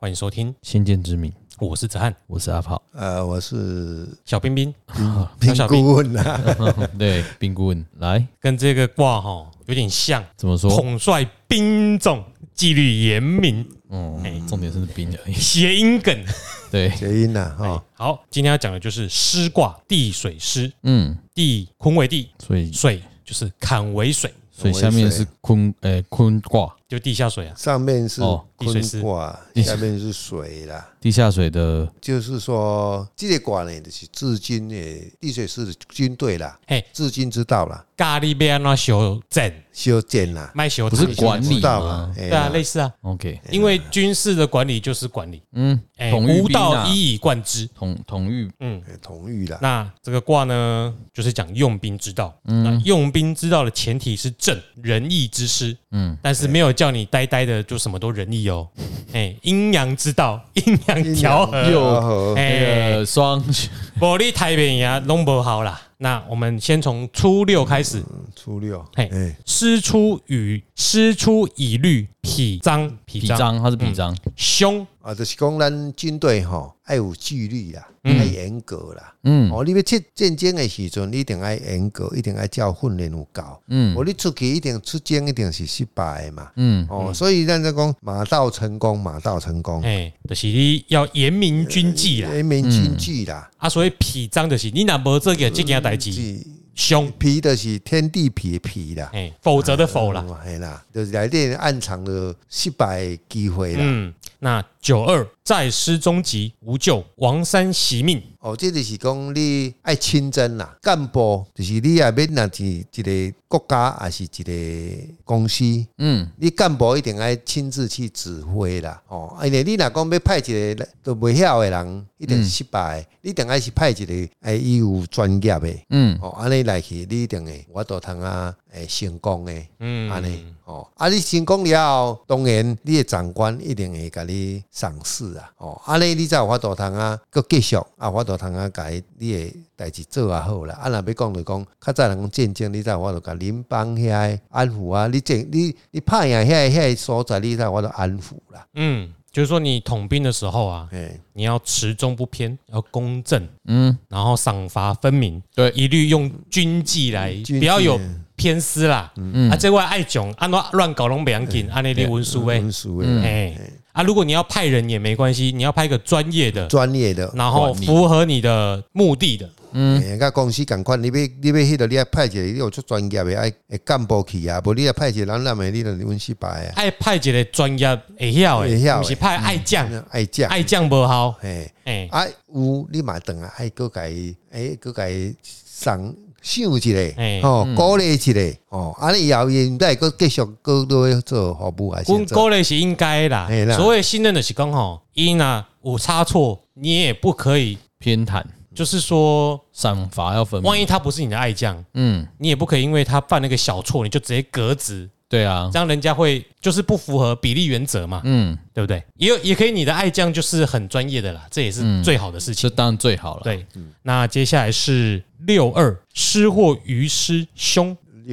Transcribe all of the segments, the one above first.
欢迎收听《 先见之明》， 我是子翰， 我是阿炮， 我是小彬彬， 小顾问啦。 对，兵顾问来， 跟这个卦有点像， 怎么说？ 统帅兵种，纪律严明， 重点是兵而已， 谐音梗， 对， 谐音啦哈。 好，今天要讲的就是师卦，地水师，地坤为地， 所以水就是坎为水， 所以下面是坤卦， 就地下水啊， 上面是坤地水师卦，下面是水啦。 地下水的， 就是说，这个卦呢，就是至今的地水师的军队啦，至今之道啦， 咖喱要安怎修正， 修建啦， 卖修不是管理道吗？ 对啊，类似啊。 OK， 因为军事的管理就是管理， 统御无兵啊道一以贯之， 统御， 统御啦。 那这个卦呢，就是讲用兵之道。那用兵之道的前提是正仁义之师，但是没有叫你呆呆的就什么都仁义哦。阴阳之道，阴阳调和， 那个双， 无你台面呀，拢不好啦。那我们先从初六开始。 初六， 师出以律，痞章， 它是痞章， 凶啊，就是讲咱军队要有纪律啦，要严格啦。你要出战争的时阵，你一定要严格，一定要照训练有够。你出去一定出征一定是失败的嘛。所以咱在讲马到成功， 就是你要严明军纪啦， 严明军纪啦。 所以痞章就是你若无做这件代志。凶痞就是天地痞的痞啦， 否则的否啦， 就是来点暗藏的失败机会啦。 那92在师中疾无救，王山袭命。 这就是讲你爱亲征啦，干部就是你也免那是一个国家，还是一个公司，你干部一定要亲自去指挥啦。因为你若讲要派一个都袂晓的人，一定是失败的。你一定要是派一个伊有专业的，安尼来去，你一定会我都通成功的，安尼。你成功了后，当然你的长官一定会甲你赏识啊。安尼你才有法度通搁继续法度通甲你的代志做好啦。若要讲就讲，较早人讲战争，你才有法度甲邻邦遐安抚啊。你拍赢遐所在，你才有法度安抚啦。 就是说你统兵的时候啊，你要持中不偏，要公正，然后赏罚分明，对，一律用军纪来，不要有偏私啦。这外爱囧，安怎乱搞拢不要紧，安尼你文书如果你要派人也没关系，你要派一个专业的，然后符合你的目的的。 甲公司共款，你要迄个，你要派一个你有出专业的干部去啊，无你要派一个人那么你就阮失败啊。 爱派一个专业会晓的，不是派爱将无效。 有你嘛等爱搁甲伊送想一个，鼓励一个，安尼以后伊再搁继续搁落做服务啊。 鼓励是应该啦，所谓信任的是讲伊若有差错，你也不可以偏袒。 就是说， 赏罚要分明。 万一他不是你的爱将，你也不可以因为他犯了个小错，你就直接革职。 对啊， 这样人家会就是不符合比例原则嘛，对不对？也可以，你的爱将就是很专业的啦，这也是最好的事情。 这当然最好了。对， 那接下来是62，失或于师凶。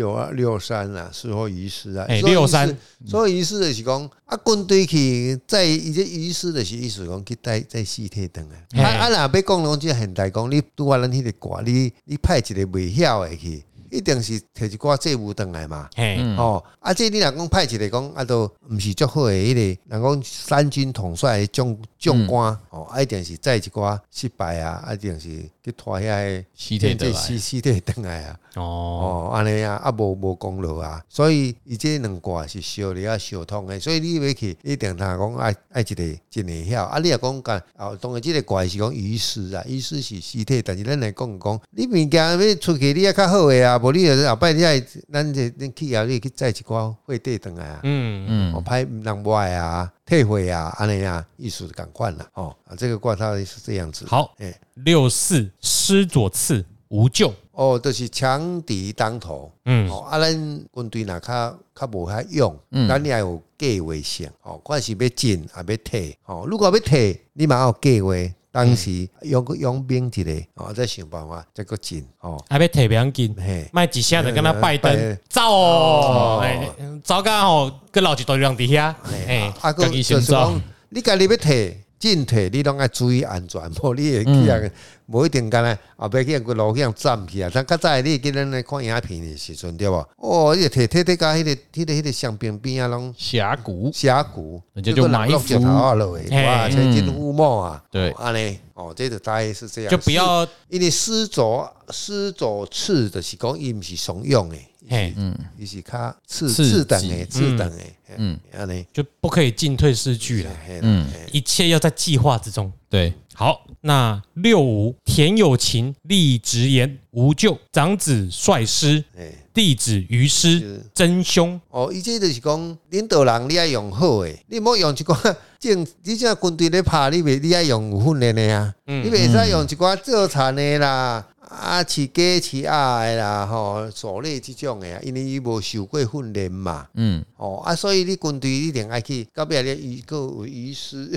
63啦，失或于师啊。 63， 所以于师就是讲军队去在伊这于师就是意思讲去在死体转来。若要讲拢即现代讲，你拄啊咱迄个卦，你派一个袂晓的去。一定是摕一寡债务转来嘛，这你若讲派一个讲都毋是足好的迄个，人讲三军统帅的将官，一定是载一寡失败啊，一定是去拖遐尸体转来啊，安尼啊，无功劳啊，所以伊这两卦是相咧相通的，所以你要去一定讲爱一个真会晓，你若讲当然这个卦是讲于师啊，于师是尸体，但是咱来讲，你物件要出去，你要较好的啊。无你后摆你爱咱去啊，你去载一寡货底转来啊，派人外啊、退货啊，安尼啊，意思共款啦，这个卦它是这样子。 好，64师左次无救， 就是强敌当头，咱军队若较无遐用，咱也有计划性，看是要进也要退，如果要退，你嘛要有计划。当时用兵一个，再想办法再个进， 还要退不要紧，卖一下就跟他拜登走，糟糕跟老一队人伫遐， 就是讲你家己要摕进退，你拢爱注意安全，无你会去啊，无一定干咧，后壁去个路去站去啊。咱较早你记咱咧看影片的时阵对无？哦，你摕甲迄个香槟边啊，拢峡谷， 人家就埋伏头啊落去，哇，前进乌帽啊， 对， 安尼哦，这就大概是这样， 就不要因为狮走刺的是讲伊毋是怂恿的。伊是较次等的，安尼就不可以进退失据了，一切要在计划之中。 对， 好，那65田有情，立直言，无咎，长子率师，弟子于师，真凶。 哦，伊这就是讲领导人你要用好诶，你莫用一寡你这军队咧拍，你要用有训练的啊，你袂使用一寡做残的啦。饲鸡饲鸭的啦，吼，狩猎这种的啊，因为伊无受过训练嘛，所以你军队一定爱去，到尾你个有遗失，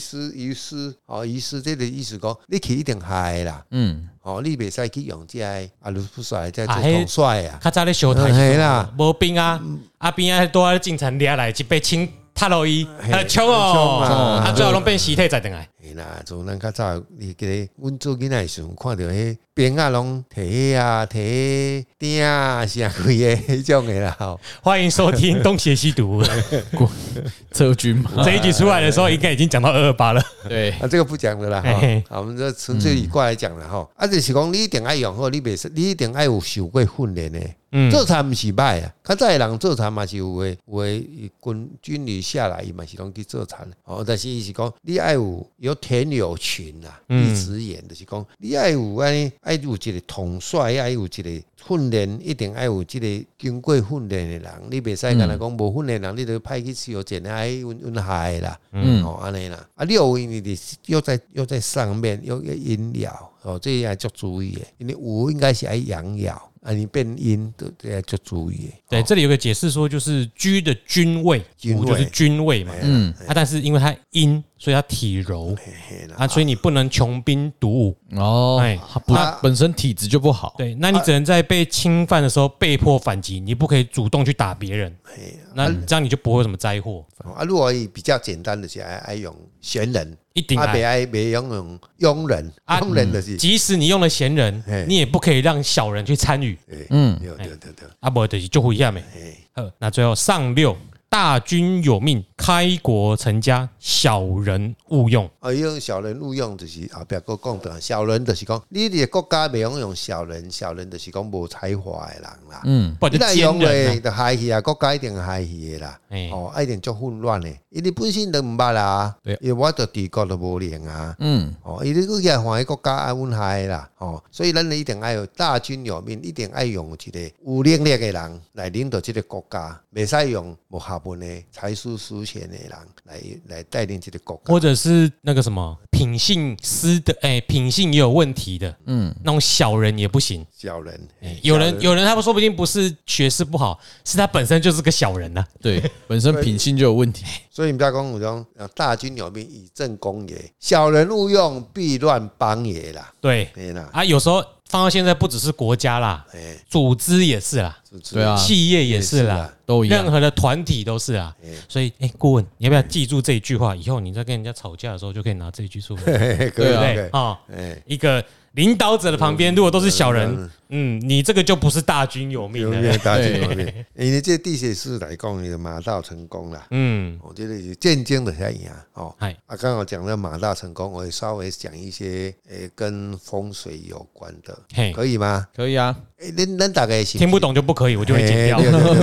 这个意思讲，你去一定害啦，你袂使去用这个阿鲁不帅在做统帅啊， 较早咧小台啦，无兵啊，兵啊多警察掠来一被清踢落伊，冲哦，最后拢变尸体再转来。 啦，从咱较早，你记得阮做囡仔时阵，看到迄兵啊，拢摕摕鼎啊，啥鬼的迄种的啦。 欢迎收听《东邪西毒》 车军嘛。 这一集出来的时候，应该已经讲到228了。 对， 这个不讲了啦。好，我们这纯粹以过来讲了哈。就是讲你一定爱用好，你一定爱有受过训练的。做参毋是歹啊，较早的人做参嘛是有诶军旅下来，伊嘛是拢去做参但是伊是讲你爱有田有群啊，一直演就是讲你爱有爱有一个统帅，爱有一个训练，一定爱有一个经过训练的人，你袂使干那讲无训练人，你就派去修剪爱运害啦，安尼啦，你又在上面又饮料这也足注意的，因为有应该是爱养药。你变阴都要做注意。 对，这里有个解释说，就是居的军位，武就是军位嘛。但是因为它阴，所以它体柔所以你不能穷兵黩武它本身体质就不好。 对，那你只能在被侵犯的时候被迫反击，你不可以主动去打别人。那这样你就不会有什么灾祸。 如果比较简单的是爱用闲人。 一定别用庸人，庸人的是， 即使你用了闲人，你也不可以让小人去参与。 对， 不就是就不一样没。那最后上6。大军有命，开国成家，小人勿用。 用小人勿用就是后壁个讲的，小人就是讲你的国家袂用小人，小人就是讲无才华的人啦。 你来用的就害去啊，国家一定害去的啦。一定足混乱的，因为本身都唔捌啦，因为我对治国都无练啊。因为佢个换个国家爱混害啦。所以咱一定爱有大军有命，一定爱用一个有能力的人来领导这个国家，袂使用无下本的才疏书浅的人来带领这个国家， 或者是那个什么品性品性也有问题的，那种小人也不行。 小人， 有人他们说不定不是学识不好，是他本身就是个小人呐。 对，本身品性就有问题。 所以你不要讲我讲大军有命以正攻也，小人勿用必乱邦也啦。 对有时候放到现在不只是国家啦，组织也是啦， 对啊， 企业也是啦， 都一样， 任何的团体都是啦。所以顾问，你要不要记住这一句话？以后你在跟人家吵架的时候就可以拿这一句出来，对不对？一个领导者的旁边如果都是小人，你这个就不是大军有命了。 大军有命，因为这地铁师来讲，你的马到成功了。我觉得是渐渐的在赢刚好讲到马到成功，我会稍微讲一些跟风水有关的，可以吗？ 可以啊。 咱大概听不懂就不可以，我就会剪掉。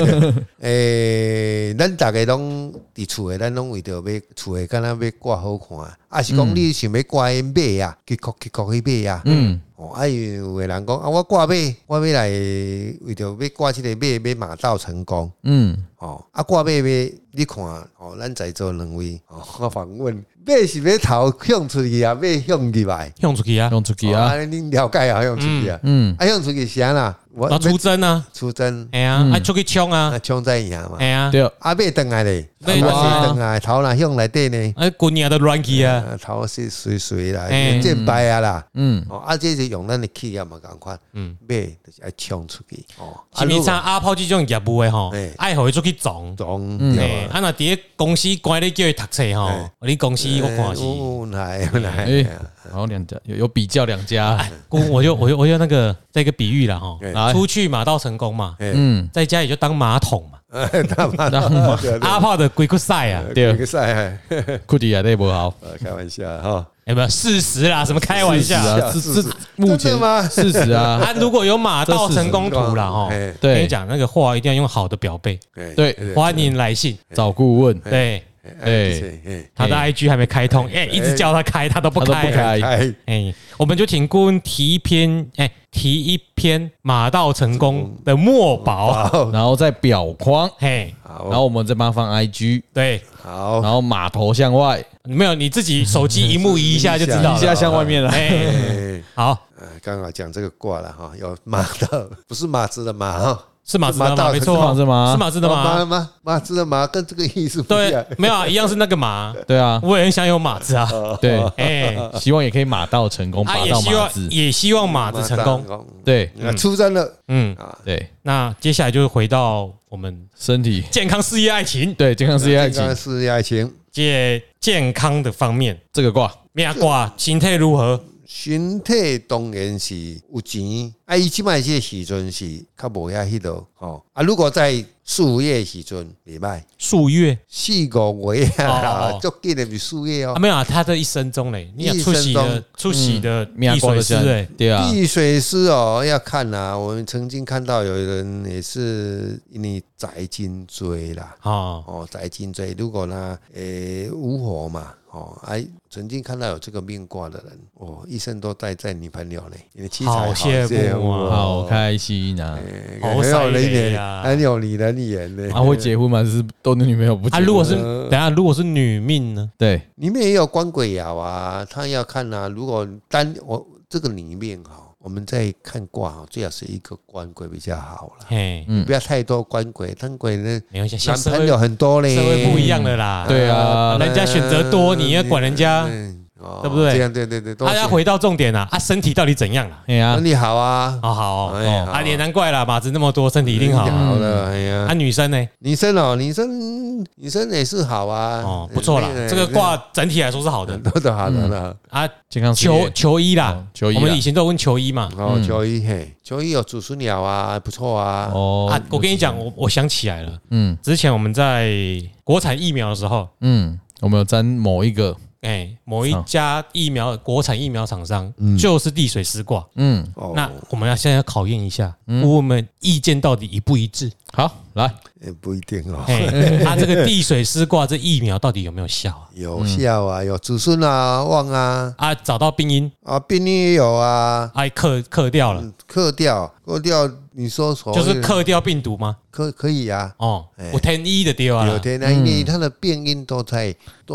咱大概拢伫厝诶，咱拢为着要厝诶，敢若要挂好看，是讲你想要挂马啊，去买啊。有个人讲我挂马，我要来为着要挂这个马，要马到成功。挂马你看咱在座两位我访问，马是要头向出去啊，马向入来， 向出去啊， 你了解啊，向出去啊，向出去啥啦？ 出征啊， 出征， 出去冲啊， 冲在赢嘛， 对， 马回来咧，马回来，头若向内底呢， 滚啊都乱去啊， 头是随啦，战败啊啦，这是用咱的企业嘛，赶快，买就是爱冲出去哦。 是咪像阿炮这种业务的吼，爱互伊出去撞，啊那伫公司管理叫伊读册吼，你公司我看是， 然后两家有比较两家， 我就那个再一个比喻啦吼，出去马到成功嘛，在家里就当马桶嘛。阿炮的龟壳赛啊， 对，龟壳赛， 库迪啊，那不好， 开玩笑哈， 不事实啦，什么开玩笑啊？是目前吗？事实啊， 他如果有马到成功图啦哈，跟你讲那个话一定要用好的表背， 对， 欢迎来信找顾问， 对。他的 IG 还没开通，一直叫他开，他都不开。我们就请顾问提一篇马到成功的墨宝， 然后再裱框，然后我们再帮他放 IG， 对， 好， 然后马头向外， 没有你自己手机荧幕移一下就知道， 移一下向外面了。 好， 刚好讲这个卦了哈，有马到，不是马子的马哈。 是马自的马，没错，是马自的马， 马自的马跟这个意思不一样。 对，没有一样是那个马。 对啊， 我也很想有马子啊。 对，希望也可以马到成功，马到马子， 也希望马子成功。 对， 出生了。 对。 那接下来就回到我们身体健康、事业、爱情。 对，健康、事业、爱情， 事业、爱情。 借健康的方面， 这个卦， 命卦身体如何？ 身体当然是有钱，伊即摆这个时阵是较无遐迄落吼。如果在4月时阵袂歹 ，4月 4、5月啊，足紧的是4月哦。 没有啊，他的一生中嘞，你出席的地水师哎， 对啊， 地水师哦要看啊。我们曾经看到有人也是因为宅金追啦，宅金追，如果呢无火嘛。曾经看到有这个命卦的人，一生都带在女朋友呢，你的妻财好羡慕啊， 好开心啊， 好有人缘啊，很有女人缘呢。 会结婚吗？是都女朋友不结婚？ 如果是女命呢？ 对， 里面也有官鬼爻啊，他要看啊。如果这个里面我们在看卦最好是一个官鬼比较好了，不要太多官鬼，官鬼呢，男朋友很多嘞， 社会不一样的啦， 对啊， 人家选择多，你要管人家，对不对？ 这样对， 大家回到重点啦，身体到底怎样啦？ 身体好啊， 好也难怪啦，马子那么多，身体一定好了，哎呀， 女生呢？女生也是好啊， 不错啦，这个卦整体来说是好的， 都好的了啊。 健康球衣啦，我们以前都问球衣嘛， 球衣有祖孙鸟啊，不错啊。 我跟你讲，我想起来了，之前我们在国产疫苗的时候， 我们有沾某一一家国产疫苗厂商就是地水师卦，那我们现在要考验一下，我们意见到底一不一致？ 好，来， 不一定哦。 他这个地水师卦这疫苗到底有没有效啊？ 有效啊，有子孙啊，旺啊， 找到病因啊，病因也有啊， 克掉了， 克掉，你说就是克掉病毒吗？ 可以啊， 我天一的丢啊， 有天因为它的病因都在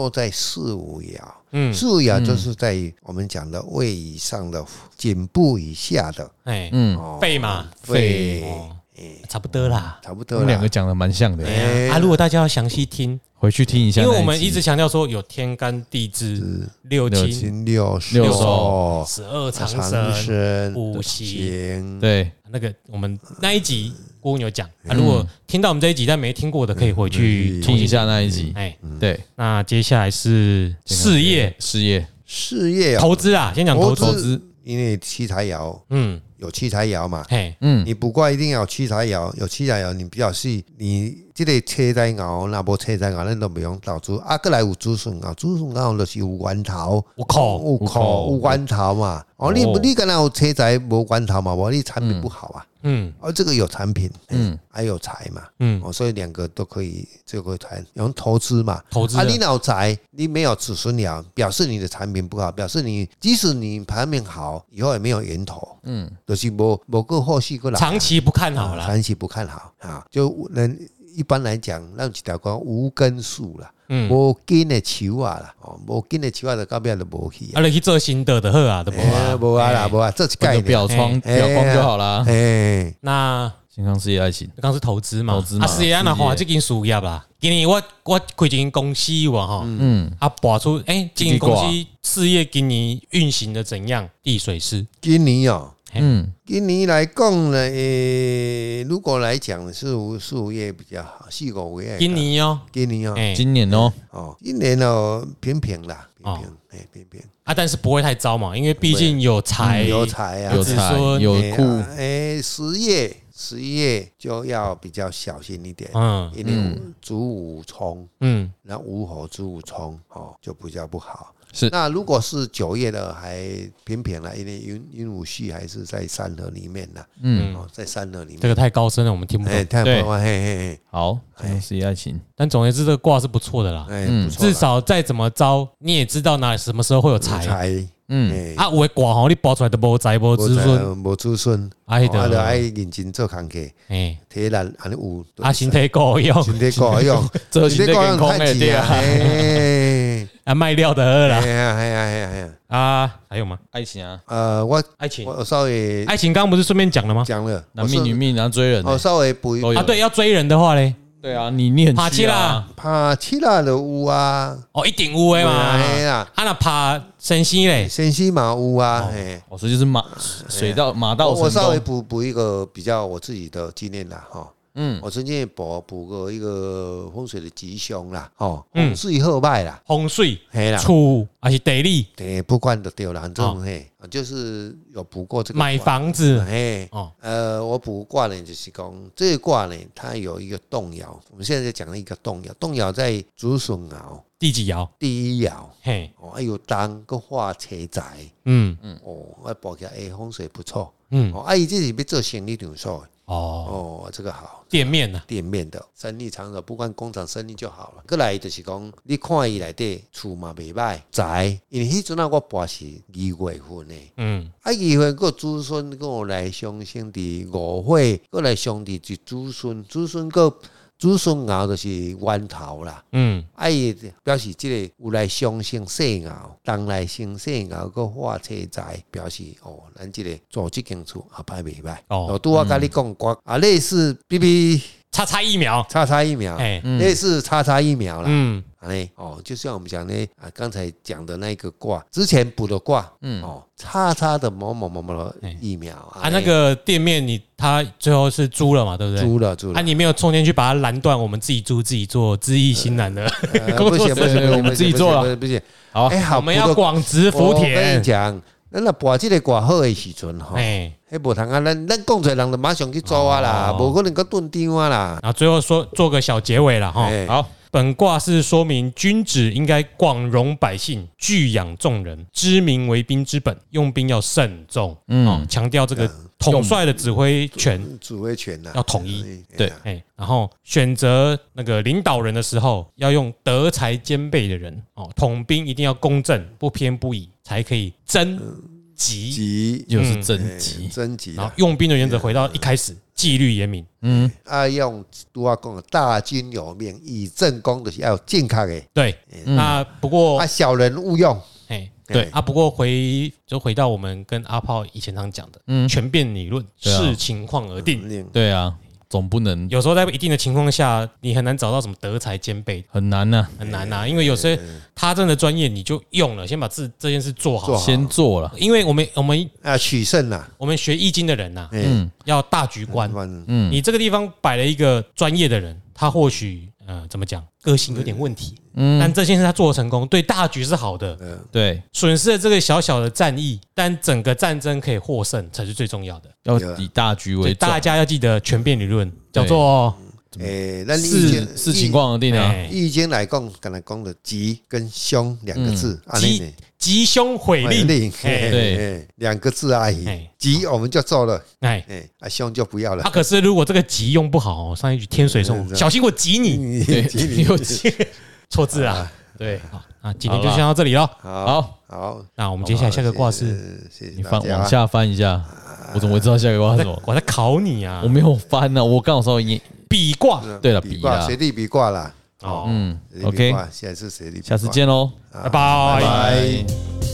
4、5爻。4、5爻就是在我们讲的胃以上的、颈部以下的， 肺嘛， 肺， 差不多啦， 我们两个讲的蛮像的。 如果大家要详细听， 回去听一下， 因为我们一直强调说有天干地支、六亲、 六手、 12长生、5行， 对， 那个我们那一集郭文有讲如果听到我们这一集但没听过的，可以回去听一下那一集。对， 那接下来是事业投资啊，先讲投资， 因为七财爻，有七财爻嘛，你卜卦一定要有七财爻，有七财爻，你表示你这个车财爻，那无车财爻，咱都不用投资啊。过来有子孙爻，子孙爻就是有源头，有源头嘛。你敢若有车财无源头嘛？无你产品不好啊。这个有产品，还有财嘛，所以两个都可以，就可以谈用投资嘛。你有财，你没有子孙爻，表示你的产品不好，表示你即使你产品好，以后也没有源头，就是无个后续过来， 长期不看好了， 长期不看好啊，就人一般来讲，咱一条讲无根树啦。无根的树啊啦，无根的树啊，就到尾就无去。 你去做新的就好啊，都无啊啦，无啊，这是概念。 表光就好啦。 那健康事业爱情， 刚是投资嘛，事业那花这间事业啦。今年我开一间公司哇哈，拔出这间公司事业今年运行的怎样？地水师， 今年哦，今年来讲呢，如果来讲事务业比较好，4、5月。 今年哦， 今年哦， 平平啦，平平啊，但是不会太糟嘛，因为毕竟有财啊， 有财有库 ，11月就要比较小心一点，因为主午冲，然后午火主午冲，就比较不好。 是， 那如果是9月的还平平了，因为云武系还是在山河里面呢，在山河里面， 这个太高深了，我们听不懂。 对， 嘿， 好，事业爱情， 但总而言之，这个卦是不错的啦，至少再怎么着，你也知道什么时候会有财。有的卦吼，你包出来都无财无子孙， 爱认真做工课，体力安尼有， 身体够用， 身体够用， 身体健康的对啊，卖料的啦，还有吗？ 爱情啊， 爱情， 我稍微爱情，刚刚不是顺便讲了吗？ 讲了， 男命女命，然后追人， 我稍微补一啊，对，要追人的话嘞。 对啊，你很爬起啦， 爬起啦就有啊， 一定有的嘛，那爬神仙嘞， 神仙嘛有啊， 所以就是马到我稍微补一个比较我自己的经验啦，我曾经补过一个风水的吉凶啦，风水好歹啦， 风水厝还是地理， 不管就对了，反正就是有补过这个买房子， 我补卦呢，就是讲这个卦呢，它有一个动爻，我们现在在讲的一个动爻，动爻在子孙爻第几爻？ 第一爻，有当个化财宅，我补起来，风水不错，伊这是要做生意场所。这个好， 店面呢？ 店面的生意场所，不管工厂生意就好了。过来就是讲，你看伊内底厝嘛袂歹，宅，因为迄阵我跋是2月份的，2月份个子孙跟我来相生伫5岁，过来相伫是子孙个。子孙爻就是源头啦，伊表示这个有来相生细爻，当来生细爻个化财宅，表示咱这个做这间厝也歹袂歹。拄我甲你讲过类似 BB 叉疫苗， 类似叉疫苗啦，就像我们讲的刚才讲的那个卦，之前补的卦，叉的某的疫苗那个店面他最后是租了嘛，对不对？ 租了你没有充电去把它拦断，我们自己租自己做，知易行难的不行， 我们自己做了， 不行。 好，我们要广植福田。 我跟你讲，咱若拔这个卦好的时阵迄无通啊，咱讲出来人就马上去做啊啦，无可能个炖丢啊啦。 然后最后做个小结尾了哈。好，本卦是说明君子应该广容百姓，聚养众人，知民为兵之本，用兵要慎重。强调这个统帅的指挥权要统一。对，然后选择那个领导人的时候，要用德才兼备的人。统兵一定要公正，不偏不倚，才可以征集， 就是征集， 然后用兵的原则回到一开始，纪律严明。 用拄我讲的大军有命，以正攻，就是要有正确的。 对，那不过小人勿用。 对不过回到我们跟阿炮以前常讲的权变理论，视情况而定。 对啊。总不能有时候在一定的情况下，你很难找到什么德才兼备， 很难呐， 因为有些他真的专业，你就用了，先把这件事做好， 先做了。因为我们取胜呐， 我们学易经的人呐，要大局观。你这个地方摆了一个专业的人，他或许怎么讲，个性有点问题，但这件事他做得成功，对大局是好的， 对， 损失了这个小小的战役，但整个战争可以获胜才是最重要的， 要以大局为重。 大家要记得权变理论，叫做视情况而定啊。 易经来讲，刚才讲的吉跟凶2个字， 吉凶毁令， 对 ，2个字而已。吉我们就做了，凶就不要了。 可是如果这个吉用不好，上一句天水冲，小心我吉你，你有吉，错字啊。对，今天就先到这里了。 好， 那我们接下来下个卦是， 你往下翻一下，我怎么会知道下个卦是什么？ 我在考你啊， 我没有翻啊，我刚好说比卦。 对了，比卦， 随地比卦啦。 OK， 下次谁？ 下次见喽， 拜拜。